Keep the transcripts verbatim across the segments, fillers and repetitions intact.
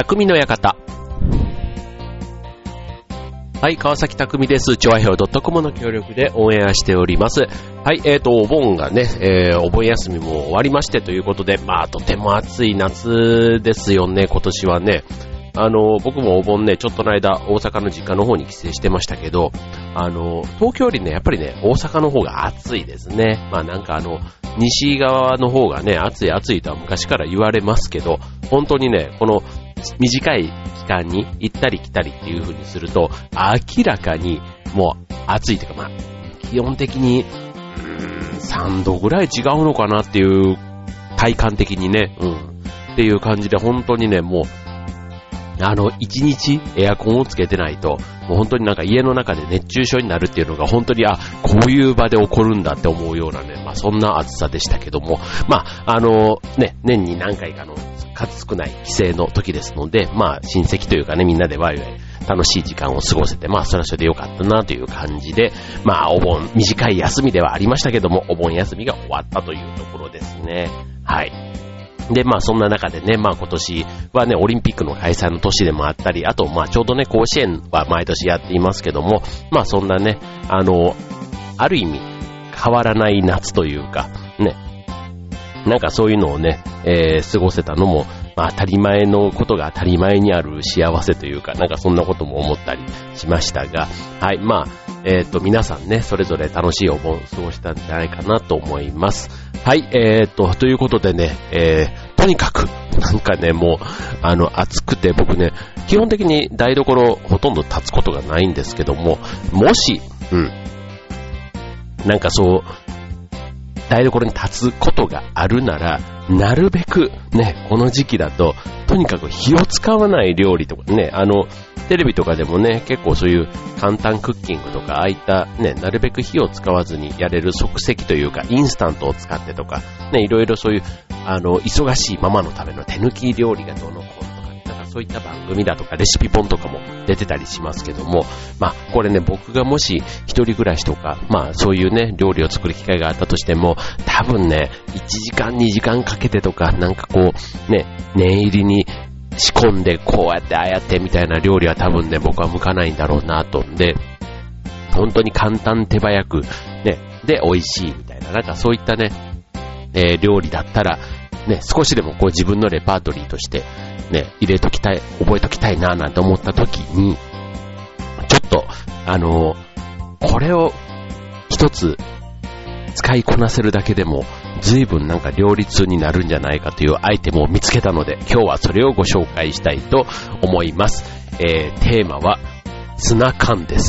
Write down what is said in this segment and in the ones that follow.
匠の館。はい、川崎匠です。チョアヘオ .com の協力でオンエアしております。はい、えーと、お盆がね、えー、お盆休みも終わりましてということで、まあ、とても暑い夏ですよね、今年はね。あの、僕もお盆ね、ちょっとの間、大阪の実家の方に帰省してましたけど、あの、東京よりね、やっぱりね、大阪の方が暑いですね。まあなんかあの、西側の方がね、暑い暑いとは昔から言われますけど、本当にね、この短い期間に行ったり来たりっていう風にすると、明らかにもう暑いというか、まあ、基本的に、うーん、さんどぐらい違うのかなっていう、体感的にね、うん、っていう感じで、本当にね、もう、あの、一日エアコンをつけてないと、もう本当になんか家の中で熱中症になるっていうのが本当に、あ、こういう場で起こるんだって思うようなね、まあそんな暑さでしたけども、まあ、あの、ね、年に何回かの数少ない帰省の時ですので、まあ親戚というかね、みんなでワイワイ楽しい時間を過ごせて、まあそれはそれでよかったなという感じで、まあお盆、短い休みではありましたけども、お盆休みが終わったというところですね。はい。で、まあそんな中でね、まあ今年はね、オリンピックの開催の年でもあったり、あとまあちょうどね、甲子園は毎年やっていますけども、まあそんなね、あの、ある意味変わらない夏というか、ね、なんかそういうのをね、えー、過ごせたのも、まあ当たり前のことが当たり前にある幸せというか、なんかそんなことも思ったりしましたが、はい、まあ、えっと、皆さんね、それぞれ楽しいお盆過ごしたんじゃないかなと思います。はい、えっと、ということでね、えー、とにかく、なんかね、もう、あの、暑くて僕ね、基本的に台所ほとんど立つことがないんですけども、もし、うん、なんかそう、台所に立つことがあるなら、なるべくね、この時期だと、とにかく火を使わない料理とかね、あの、テレビとかでもね、結構そういう簡単クッキングとか、ああいったね、なるべく火を使わずにやれる即席というか、インスタントを使ってとか、ね、いろいろそういう、あの、忙しいままのための手抜き料理がどうのこうのとか、なんかそういった番組だとか、レシピ本とかも出てたりしますけども、まあ、これね、僕がもし一人暮らしとか、まあ、そういうね、料理を作る機会があったとしても、多分ね、いちじかん、にじかんかけてとか、なんかこう、ね、念入りに、仕込んでこうやってああやってみたいな料理は多分ね僕は向かないんだろうなと。で本当に簡単手早くねで美味しいみたいななんかそういったね、えー、料理だったらね少しでもこう自分のレパートリーとしてね入れときたい覚えときたいななんて思った時にちょっとあのー、これを一つ使いこなせるだけでも随分なんか両立になるんじゃないかというアイテムを見つけたので今日はそれをご紹介したいと思います。えー、テーマはツナ缶です。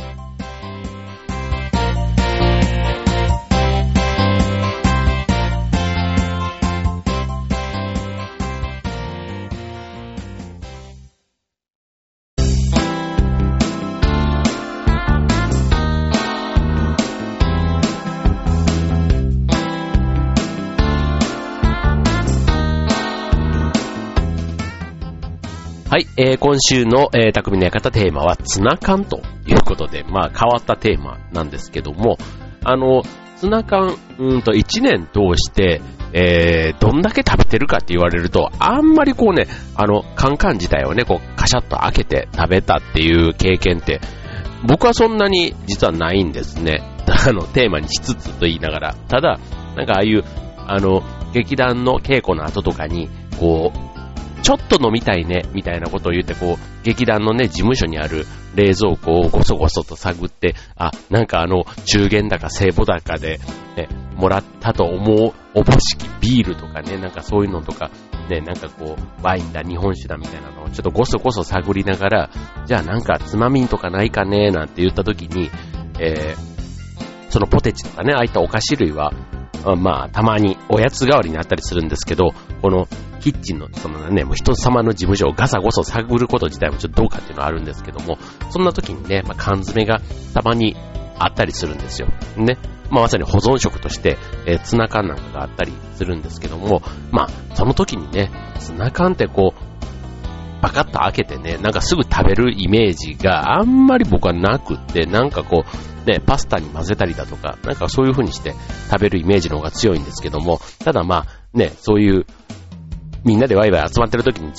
はい、えー、今週の、えー、匠の館テーマはツナ缶ということで、まあ変わったテーマなんですけども、あの、ツナ缶、うんと一年通して、えー、どんだけ食べてるかって言われると、あんまりこうね、あの、カンカン自体をね、こうカシャッと開けて食べたっていう経験って、僕はそんなに実はないんですね。あの、テーマにしつつと言いながら、ただ、なんかああいう、あの、劇団の稽古の後とかに、こう、ちょっと飲みたいね、みたいなことを言って、こう、劇団のね、事務所にある冷蔵庫をごそごそと探って、あ、なんかあの、中元だか聖母だかで、ね、もらったと思う、おぼしきビールとかね、なんかそういうのとか、ね、なんかこう、ワインだ、日本酒だみたいなのをちょっとごそごそ探りながら、じゃあなんかつまみんとかないかね、なんて言った時に、えー、そのポテチとかね、ああいったお菓子類は、まあ、たまにおやつ代わりになったりするんですけど、このキッチンの、そのね、もう人様の事務所をガサゴソ探ること自体もちょっとどうかっていうのはあるんですけども、そんな時にね、まあ、缶詰がたまにあったりするんですよ。ね。まあ、まさに保存食として、えー、ツナ缶なんかがあったりするんですけども、まあ、その時にね、ツナ缶ってこう、パカッと開けてね、なんかすぐ食べるイメージがあんまり僕はなくって、なんかこう、ね、パスタに混ぜたりだとか、なんかそういう風にして食べるイメージの方が強いんですけども、ただまあね、そういうみんなでワイワイ集まってる時にじゃあ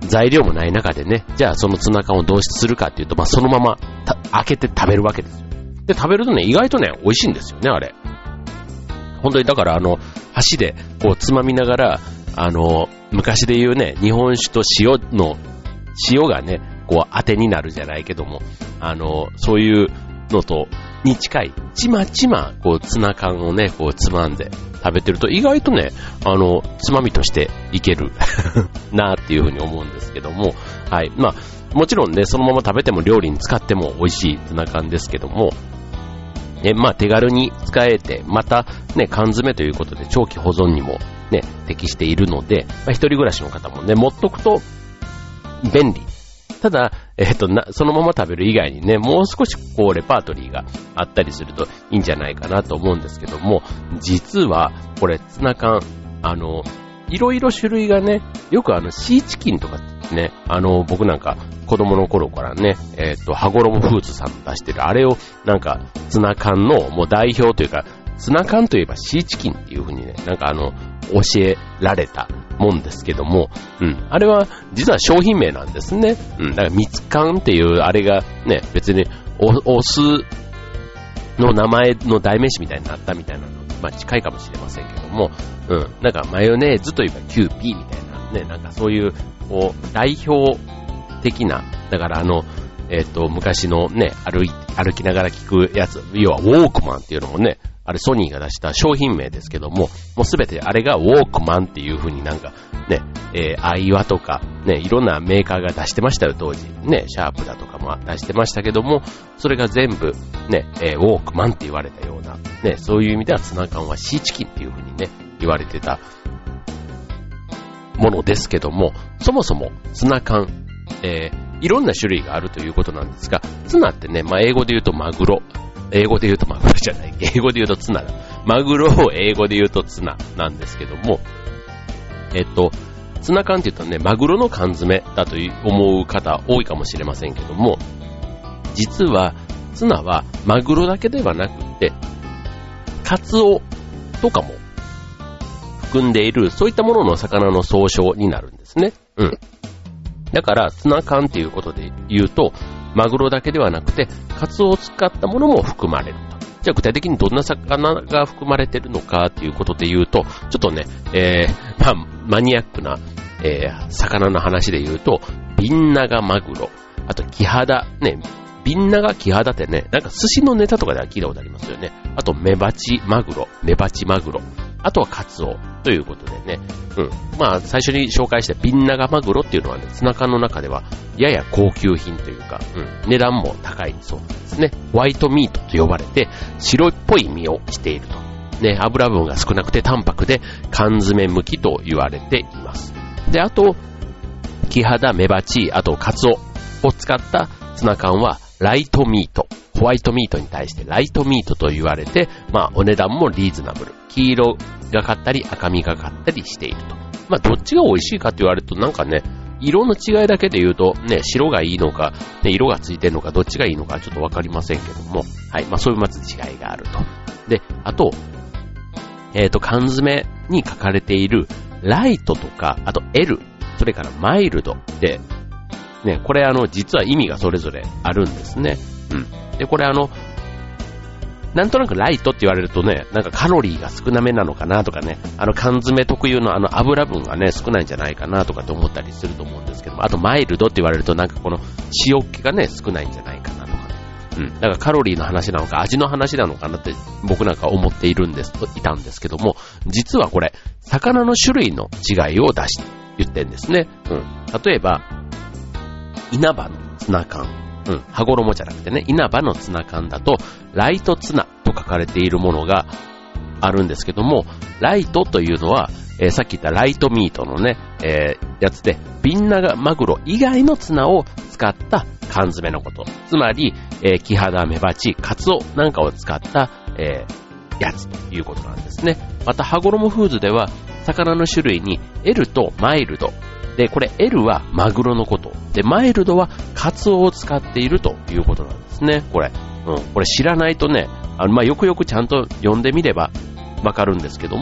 材料もない中でね、じゃあそのツナ缶をどうするかっていうと、まあそのまま開けて食べるわけですよ。で、食べるとね、意外とね、美味しいんですよね、あれ。本当にだからあの、箸でこうつまみながら、あの、昔で言うね、日本酒と塩の、塩がね、こう当てになるじゃないけども、あの、そういうのと、に近い、ちまちま、こう、ツナ缶をね、こう、つまんで食べてると、意外とね、あの、つまみとしていけるなっていうふうに思うんですけども、はい。まあ、もちろんね、そのまま食べても料理に使っても美味しいツナ缶ですけども、え、まあ、手軽に使えて、また、ね、缶詰ということで、長期保存にもね、適しているので、まあ、一人暮らしの方もね、持っとくと便利。ただ、えっとな、そのまま食べる以外にね、もう少しこうレパートリーがあったりするといいんじゃないかなと思うんですけども、実はこれツナ缶、あの、いろいろ種類がね、よくあのシーチキンとかね、あの僕なんか子供の頃からね、えっと、羽衣フーズさんの出してるあれをなんかツナ缶のもう代表というか、ツナ缶といえばシーチキンっていう風にね、なんかあの、教えられたもんですけども、うん。あれは実は商品名なんですね。うん。だから蜜缶っていうあれがね、別にお、お酢の名前の代名詞みたいになったみたいなの、まあ近いかもしれませんけども、うん。なんかマヨネーズといえばキューピーみたいなね、なんかそういう、こう、代表的な、だからあの、えっと、昔のね、歩い、歩きながら聞くやつ、要はウォークマンっていうのもね、あれソニーが出した商品名ですけども、もうすべてあれがウォークマンっていう風になんかね、えー、アイワとかね、いろんなメーカーが出してましたよ当時。ね、シャープだとかも出してましたけども、それが全部ね、えー、ウォークマンって言われたような、ね、そういう意味ではツナ缶はシーチキンっていう風にね、言われてたものですけども、そもそもツナ缶、えー、いろんな種類があるということなんですが、ツナってね、まあ英語で言うとマグロ、英語で言うとマグロじゃない。英語で言うとツナだ。マグロを英語で言うとツナなんですけども、えっと、ツナ缶って言ったらね、マグロの缶詰だと思う方多いかもしれませんけども、実はツナはマグロだけではなくて、カツオとかも含んでいる、そういったものの魚の総称になるんですね。うん。だからツナ缶っていうことで言うと、マグロだけではなくて、カツオを使ったものも含まれると。じゃあ具体的にどんな魚が含まれているのかということで言うと、ちょっとね、えー、まあ、マニアックな、えー、魚の話で言うと、ビンナガマグロ、あとキハダ、ね、ビンナガキハダってね、なんか寿司のネタとかでは聞いたことありますよね。あとメバチマグロ、メバチマグロ。あとはカツオということでね。うん。まあ、最初に紹介したビンナガマグロっていうのはね、ツナ缶の中ではやや高級品というか、うん、値段も高いそうなんですね。ホワイトミートと呼ばれて、白っぽい身をしていると。ね、油分が少なくて淡白で缶詰向きと言われています。で、あと、キハダ、メバチ、あとカツオを使ったツナ缶はライトミート。ホワイトミートに対してライトミートと言われて、まあお値段もリーズナブル。黄色がかったり赤みがかったりしていると。まあどっちが美味しいかって言われるとなんかね、色の違いだけで言うとね、白がいいのか、ね、色がついてるのかどっちがいいのかちょっとわかりませんけども、はい、まあそういうまず違いがあると。で、あと、えっと、缶詰に書かれているライトとか、あと L、それからマイルドで、ね、これあの、実は意味がそれぞれあるんですね。うん。で、これあの、なんとなくライトって言われるとね、なんかカロリーが少なめなのかなとかね、あの缶詰特有のあの油分がね、少ないんじゃないかなとかと思ったりすると思うんですけども、あとマイルドって言われるとなんかこの塩気がね、少ないんじゃないかなとかね。うん。だからカロリーの話なのか味の話なのかなって僕なんか思っているんです、いたんですけども、実はこれ、魚の種類の違いを出して、言ってんですね。うん。例えば、稲葉のツナ缶。うん。羽衣じゃなくてね、稲葉のツナ缶だと、ライトツナと書かれているものがあるんですけども、ライトというのは、えー、さっき言ったライトミートのね、えー、やつで、ビンナガマグロ以外のツナを使った缶詰のこと。つまり、えー、キハダ、メバチ、カツオなんかを使った、えー、やつということなんですね。また、羽衣フーズでは、魚の種類に L とマイルド。で、これ L はマグロのこと。で、マイルドはカツオを使っているということなんですね。これ。うん。これ知らないとね、あの、まあ、よくよくちゃんと読んでみればわかるんですけども、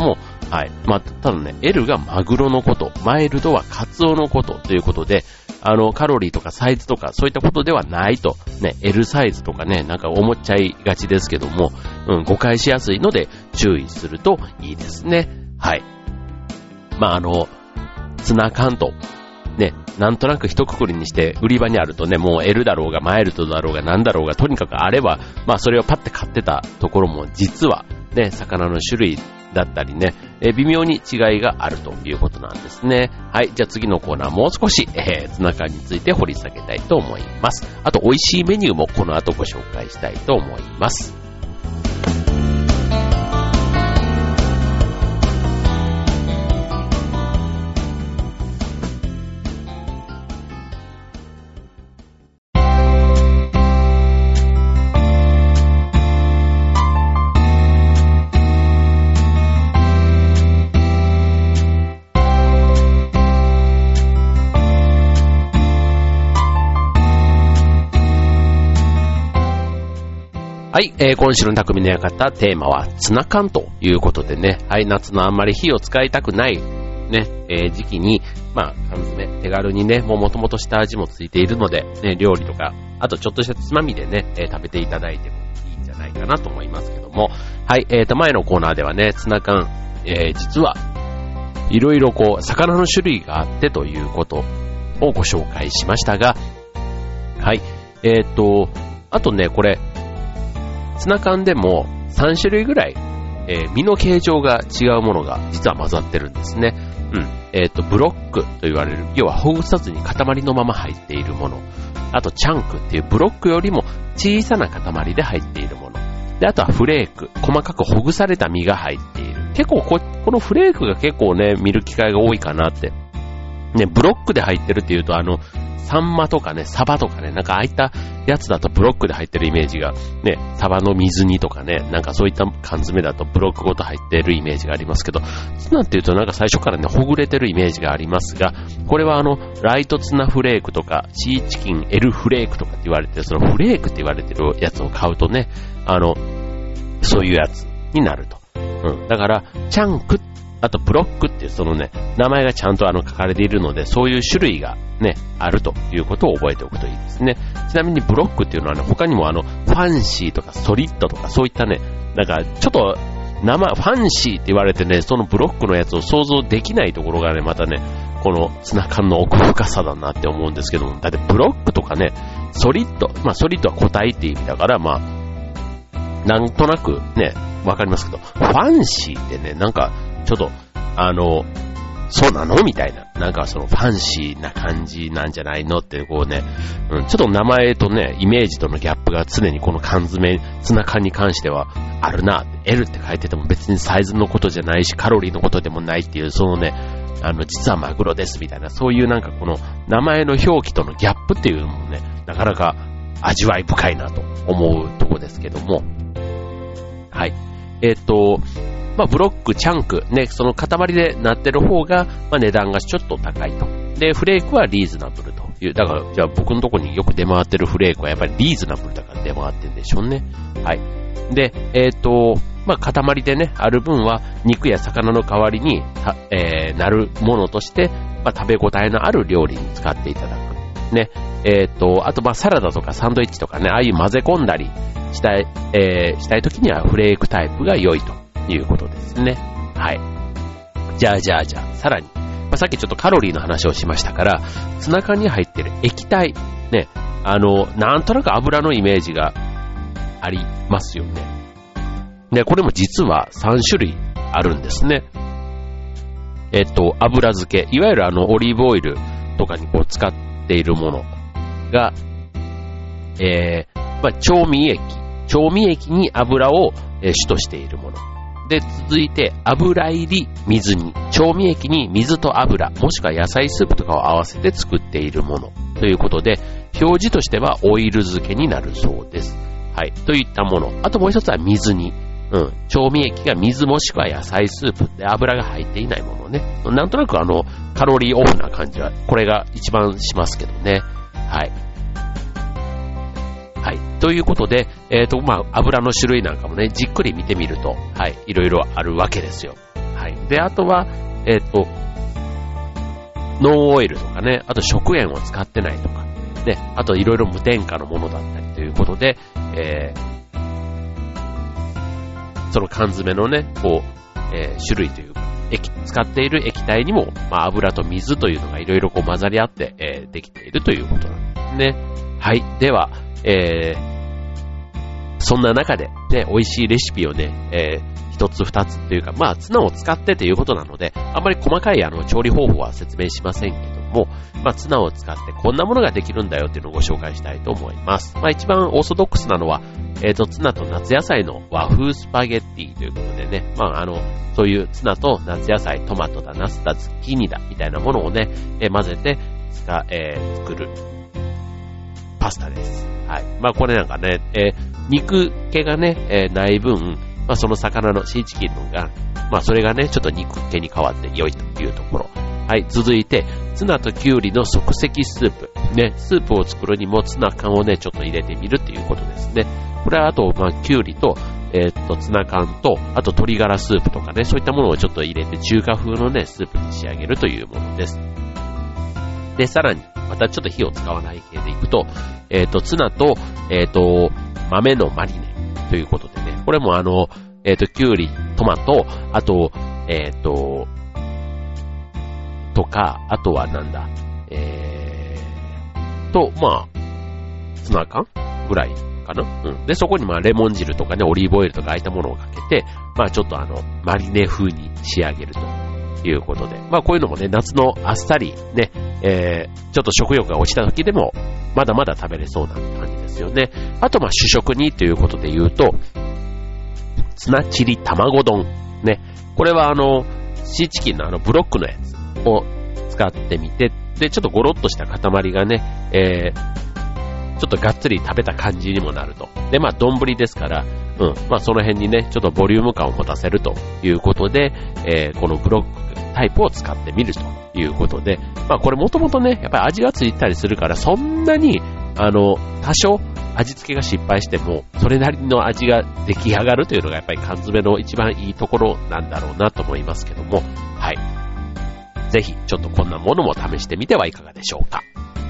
はい。まあ、ただね、L がマグロのこと、マイルドはカツオのことということで、あの、カロリーとかサイズとかそういったことではないと、ね、L サイズとかね、なんか思っちゃいがちですけども、うん、誤解しやすいので注意するといいですね。はい。まあ、あの、ツナ缶と、ね、なんとなく一括りにして売り場にあるとね、もう L だろうがマイルドだろうがなんだろうがとにかくあれば、まあそれをパッて買ってたところも実はね、魚の種類だったりね、え微妙に違いがあるということなんですね。はい、じゃあ次のコーナーもう少し、えー、ツナ缶について掘り下げたいと思います。あと美味しいメニューもこの後ご紹介したいと思います。はい、えー、今週の匠の館テーマはツナ缶ということでね、はい、夏のあんまり火を使いたくないね、えー、時期に、まあ缶詰手軽にね、もう元々下味もついているので、ね、料理とか、あとちょっとしたつまみでね、えー、食べていただいてもいいんじゃないかなと思いますけども、はい、えーと前のコーナーではね、ツナ缶、えー、実はいろいろこう魚の種類があってということをご紹介しましたが、はい、えーとあとね、これツナ缶でもさん種類ぐらい、えー、身の形状が違うものが実は混ざってるんですね。うん。えっと、ブロックと言われる、要はほぐさずに塊のまま入っているもの。あと、チャンクっていうブロックよりも小さな塊で入っているもの。で、あとはフレーク。細かくほぐされた身が入っている。結構こ、このフレークが結構ね、見る機会が多いかなって。ね、ブロックで入ってるっていうと、あの、サンマとかね、サバとかね、なんかああいったやつだとブロックで入ってるイメージが、ね、サバの水煮とかね、なんかそういった缶詰だとブロックごと入ってるイメージがありますけど、ツナっていうとなんか最初からね、ほぐれてるイメージがありますが、これはあの、ライトツナフレークとか、シーチキン L フレークとかって言われてる、そのフレークって言われてるやつを買うとね、あの、そういうやつになると。うん。だから、チャンク、あとブロックっていうそのね、名前がちゃんとあの書かれているので、そういう種類がね、あるということを覚えておくといいですね。ちなみにブロックっていうのはね、他にもあの、ファンシーとかソリッドとかそういったね、なんかちょっと名前、ファンシーって言われてね、そのブロックのやつを想像できないところがね、またね、このツナ缶の奥深さだなって思うんですけども、だってブロックとかね、ソリッド、まあソリッドは固体っていう意味だから、まあ、なんとなくね、わかりますけど、ファンシーってね、なんか、ちょっと、あの、そうなのみたいな。なんかそのファンシーな感じなんじゃないのってこうね、うん、ちょっと名前とね、イメージとのギャップが常にこの缶詰、ツナ缶に関してはあるな。L って書いてても別にサイズのことじゃないし、カロリーのことでもないっていう、そのね、あの、実はマグロですみたいな、そういうなんかこの名前の表記とのギャップっていうのもね、なかなか味わい深いなと思うとこですけども。はい。えっと、まあ、ブロック、チャンク、ね、その塊でなってる方が、まあ、値段がちょっと高いと。で、フレークはリーズナブルという。だから、じゃあ僕のとこによく出回ってるフレークはやっぱりリーズナブルだから出回ってるんでしょうね。はい。で、えっと、まあ、塊でね、ある分は肉や魚の代わりに、えー、なるものとして、まあ、食べ応えのある料理に使っていただく。ね。えっと、あと、まあ、サラダとかサンドイッチとかね、ああいう混ぜ込んだりしたい、えー、したい時にはフレークタイプが良いと。いうことですね。はい。じゃあじゃあじゃあ、さらに、まあ、さっきちょっとカロリーの話をしましたから、ツナ缶に入ってる液体、ね、あの、なんとなく油のイメージがありますよね。で、これも実はさん種類あるんですね。えっと、油漬け、いわゆるあの、オリーブオイルとかにこう使っているものが、えー、まあ、調味液、調味液に油を、えー、主としているもの。で、続いて、油入り水煮。調味液に水と油、もしくは野菜スープとかを合わせて作っているもの。ということで、表示としてはオイル漬けになるそうです。はい。といったもの。あともう一つは水煮。うん。調味液が水もしくは野菜スープで油が入っていないものね。なんとなくあの、カロリーオフな感じは、これが一番しますけどね。はい。はい。ということで、えっと、まあ、油の種類なんかもね、じっくり見てみると、はい、いろいろあるわけですよ。 はい。で、あとは、えっと、ノンオイルとかね、あと食塩を使ってないとか、ね、あといろいろ無添加のものだったりということで、えー、その缶詰のね、こう、えー、種類というか、液使っている液体にも、まあ、油と水というのがいろいろこう混ざり合って、えー、できているということなんですね。はい。では、えー、そんな中で、ね、美味しいレシピをね、えー、一つ二つというか、まあ、ツナを使ってということなので、あんまり細かいあの、調理方法は説明しませんけども、まあ、ツナを使ってこんなものができるんだよっていうのをご紹介したいと思います。まあ、一番オーソドックスなのは、えっと、ツナと夏野菜の和風スパゲッティということでね、まあ、あの、そういうツナと夏野菜、トマトだ、ナスだ、ズッキーニだ、みたいなものをね、えー、混ぜて、使、えー、作る、パスタです。はい。まあ、これなんかね、えー、肉気がね、えー、ない分、まあ、その魚のシーチキンのが、まあ、それがね、ちょっと肉気に変わって良いというところ。はい。続いて、ツナとキュウリの即席スープ。ね、スープを作るにもツナ缶をね、ちょっと入れてみるっていうことですね。これはあと、まあ、キュウリと、えー、っと、ツナ缶と、あと鶏ガラスープとかね、そういったものをちょっと入れて中華風のね、スープに仕上げるというものです。で、さらに、またちょっと火を使わない系でいくと、えー、っと、ツナと、えー、っと、豆のマリネということでね、これもあの、えー、っと、キュウリ、トマト、あと、えー、っと、とか、あとはなんだ、えー、と、まあ、ツナ缶ぐらいかな。うん。で、そこにまあレモン汁とかね、オリーブオイルとかああいったものをかけて、まあちょっとあの、マリネ風に仕上げるということで。まあこういうのもね、夏のあっさりね、えー、ちょっと食欲が落ちた時でも、まだまだ食べれそうな感じですよね。あとまあ主食にということで言うと、ツナチリ卵丼。ね。これはあの、シーチキンのあのブロックのやつを使ってみて、で、ちょっとゴロッとした塊がね、えー、ちょっとがっつり食べた感じにもなると。で、まあ、丼ですから、うん、まあ、その辺にね、ちょっとボリューム感を持たせるということで、えー、このブロックタイプを使ってみるということで、まあ、これもともとね、やっぱり味がついたりするから、そんなに、あの、多少味付けが失敗しても、それなりの味が出来上がるというのがやっぱり缶詰の一番いいところなんだろうなと思いますけども、はい。ぜひ、ちょっとこんなものも試してみてはいかがでしょうか。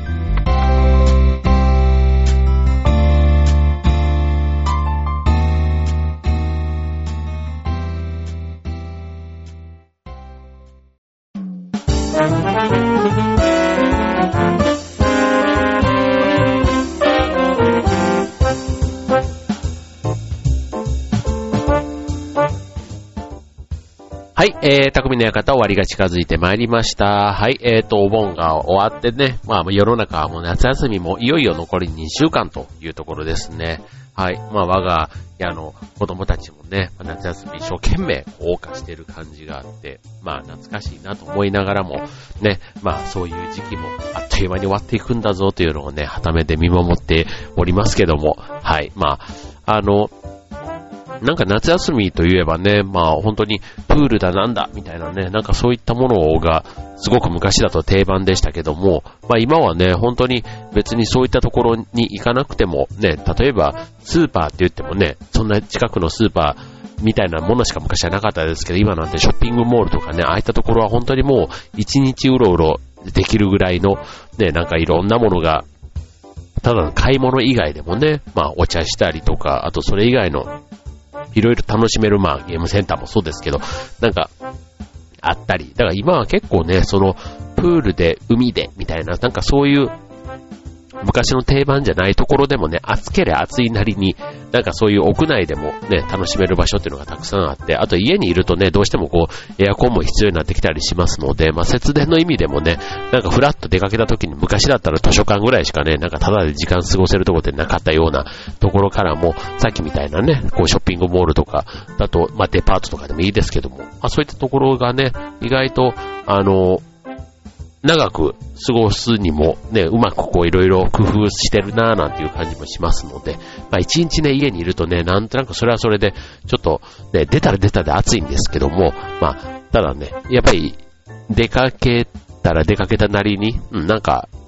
はい、えー、匠の館終わりが近づいてまいりました。はい、えーと、お盆が終わってね、まあ世の中はもう夏休みもいよいよ残りにしゅうかんというところですね。はい、まあ我が家の子供たちもね、夏休み一生懸命謳歌している感じがあって、まあ懐かしいなと思いながらも、ね、まあそういう時期もあっという間に終わっていくんだぞというのをね、はためて見守っておりますけども、はい、まあ、あの、なんか夏休みといえばね、まあ本当にプールだなんだみたいなね、なんかそういったものがすごく昔だと定番でしたけども、まあ今はね、本当に別にそういったところに行かなくてもね、例えばスーパーって言ってもね、そんな近くのスーパーみたいなものしか昔はなかったですけど、今なんてショッピングモールとかね、ああいったところは本当にもう一日うろうろできるぐらいのね、なんかいろんなものが、ただの買い物以外でもね、まあお茶したりとか、あとそれ以外のいろいろ楽しめる、まあゲームセンターもそうですけど、なんかあったり、だから今は結構ね、そのプールで海でみたいな、なんかそういう昔の定番じゃないところでもね、暑ければ暑いなりに、なんかそういう屋内でもね、楽しめる場所っていうのがたくさんあって、あと家にいるとね、どうしてもこう、エアコンも必要になってきたりしますので、まあ節電の意味でもね、なんかフラッと出かけた時に昔だったら図書館ぐらいしかね、なんかただで時間過ごせるところってなかったようなところからも、さっきみたいなね、こうショッピングモールとか、だと、まあデパートとかでもいいですけども、まあそういったところがね、意外と、あの、長く過ごすにもね、うまくこういろいろ工夫してるなーなんていう感じもしますので、まあ一日ね、家にいるとね、なんとなくそれはそれで、ちょっとね、出たら出たで暑いんですけども、まあ、ただね、やっぱり出かけたら出かけたなりに、うん、なんか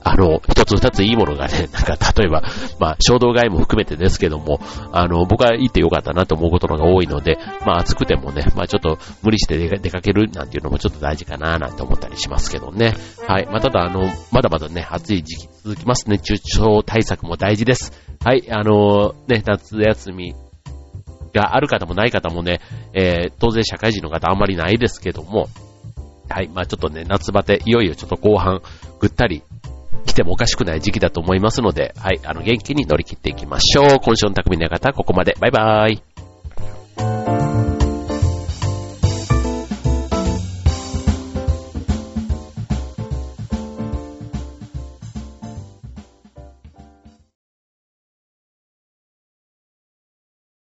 あの、一つ二ついいものがね、なんか例えば、まあ、衝動買いも含めてですけども、あの、僕は行ってよかったなと思うことのが多いので、まあ、暑くてもね、まあ、ちょっと無理して出かけるなんていうのもちょっと大事かななんて思ったりしますけどね。はい。まあ、ただ、あの、まだまだね、暑い時期続きます。熱中症対策も大事です。はい。あの、ね、夏休みがある方もない方もね、えー、当然社会人の方あんまりないですけども、はい。まあ、ちょっとね、夏バテ、いよいよちょっと後半、ぐったり、来てもおかしくない時期だと思いますので、はい、あの、元気に乗り切っていきましょう。今週の匠の館、ここまで。バイバーイ。